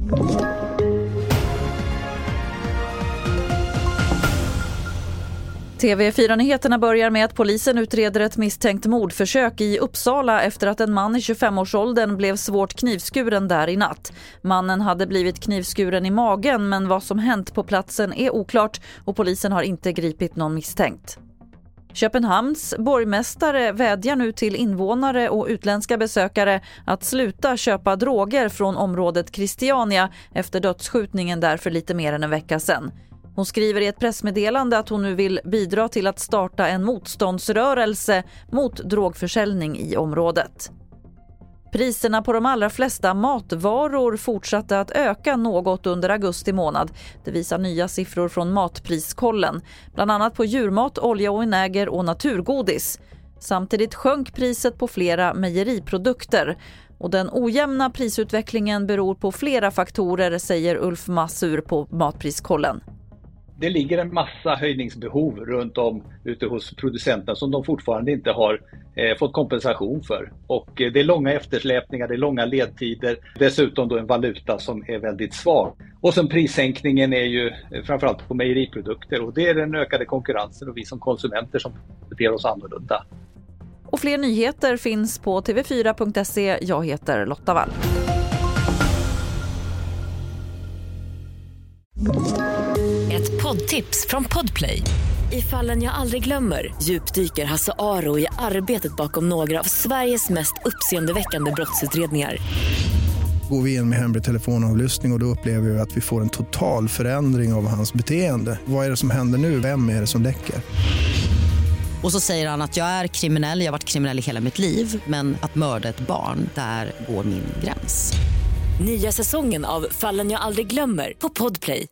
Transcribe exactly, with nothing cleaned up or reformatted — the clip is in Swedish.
T V fyra-nyheterna börjar med att polisen utreder ett misstänkt mordförsök i Uppsala efter att en man i tjugofem-årsåldern blev svårt knivskuren där i natt. Mannen hade blivit knivskuren i magen, men vad som hänt på platsen är oklart och polisen har inte gripit någon misstänkt. Köpenhamns borgmästare vädjar nu till invånare och utländska besökare att sluta köpa droger från området Christiania efter dödsskjutningen där för lite mer än en vecka sedan. Hon skriver i ett pressmeddelande att hon nu vill bidra till att starta en motståndsrörelse mot drogförsäljning i området. Priserna på de allra flesta matvaror fortsatte att öka något under augusti månad. Det visar nya siffror från Matpriskollen, bland annat på djurmat, olja och vinäger och naturgodis. Samtidigt sjönk priset på flera mejeriprodukter. Och den ojämna prisutvecklingen beror på flera faktorer, säger Ulf Massur på Matpriskollen. Det ligger en massa höjningsbehov runt om ute hos producenterna som de fortfarande inte har eh, fått kompensation för. Och eh, det är långa eftersläpningar, det är långa ledtider, dessutom då en valuta som är väldigt svag. Och sen prissänkningen är ju eh, framförallt på mejeriprodukter, och det är den ökade konkurrensen och vi som konsumenter som beter oss annorlunda. Och fler nyheter finns på t v fyra punkt se. Jag heter Lotta Wall. Ett poddtips från Podplay. I Fallen jag aldrig glömmer djupdyker Hasse Aro i arbetet bakom några av Sveriges mest uppseendeväckande brottsutredningar. Går vi in med hemlig telefonavlyssning och då upplever vi att vi får en total förändring av hans beteende. Vad är det som händer nu? Vem är det som läcker? Och så säger han att jag är kriminell, jag har varit kriminell i hela mitt liv. Men att mörda ett barn, där går min gräns. Nya säsongen av Fallen jag aldrig glömmer på Podplay.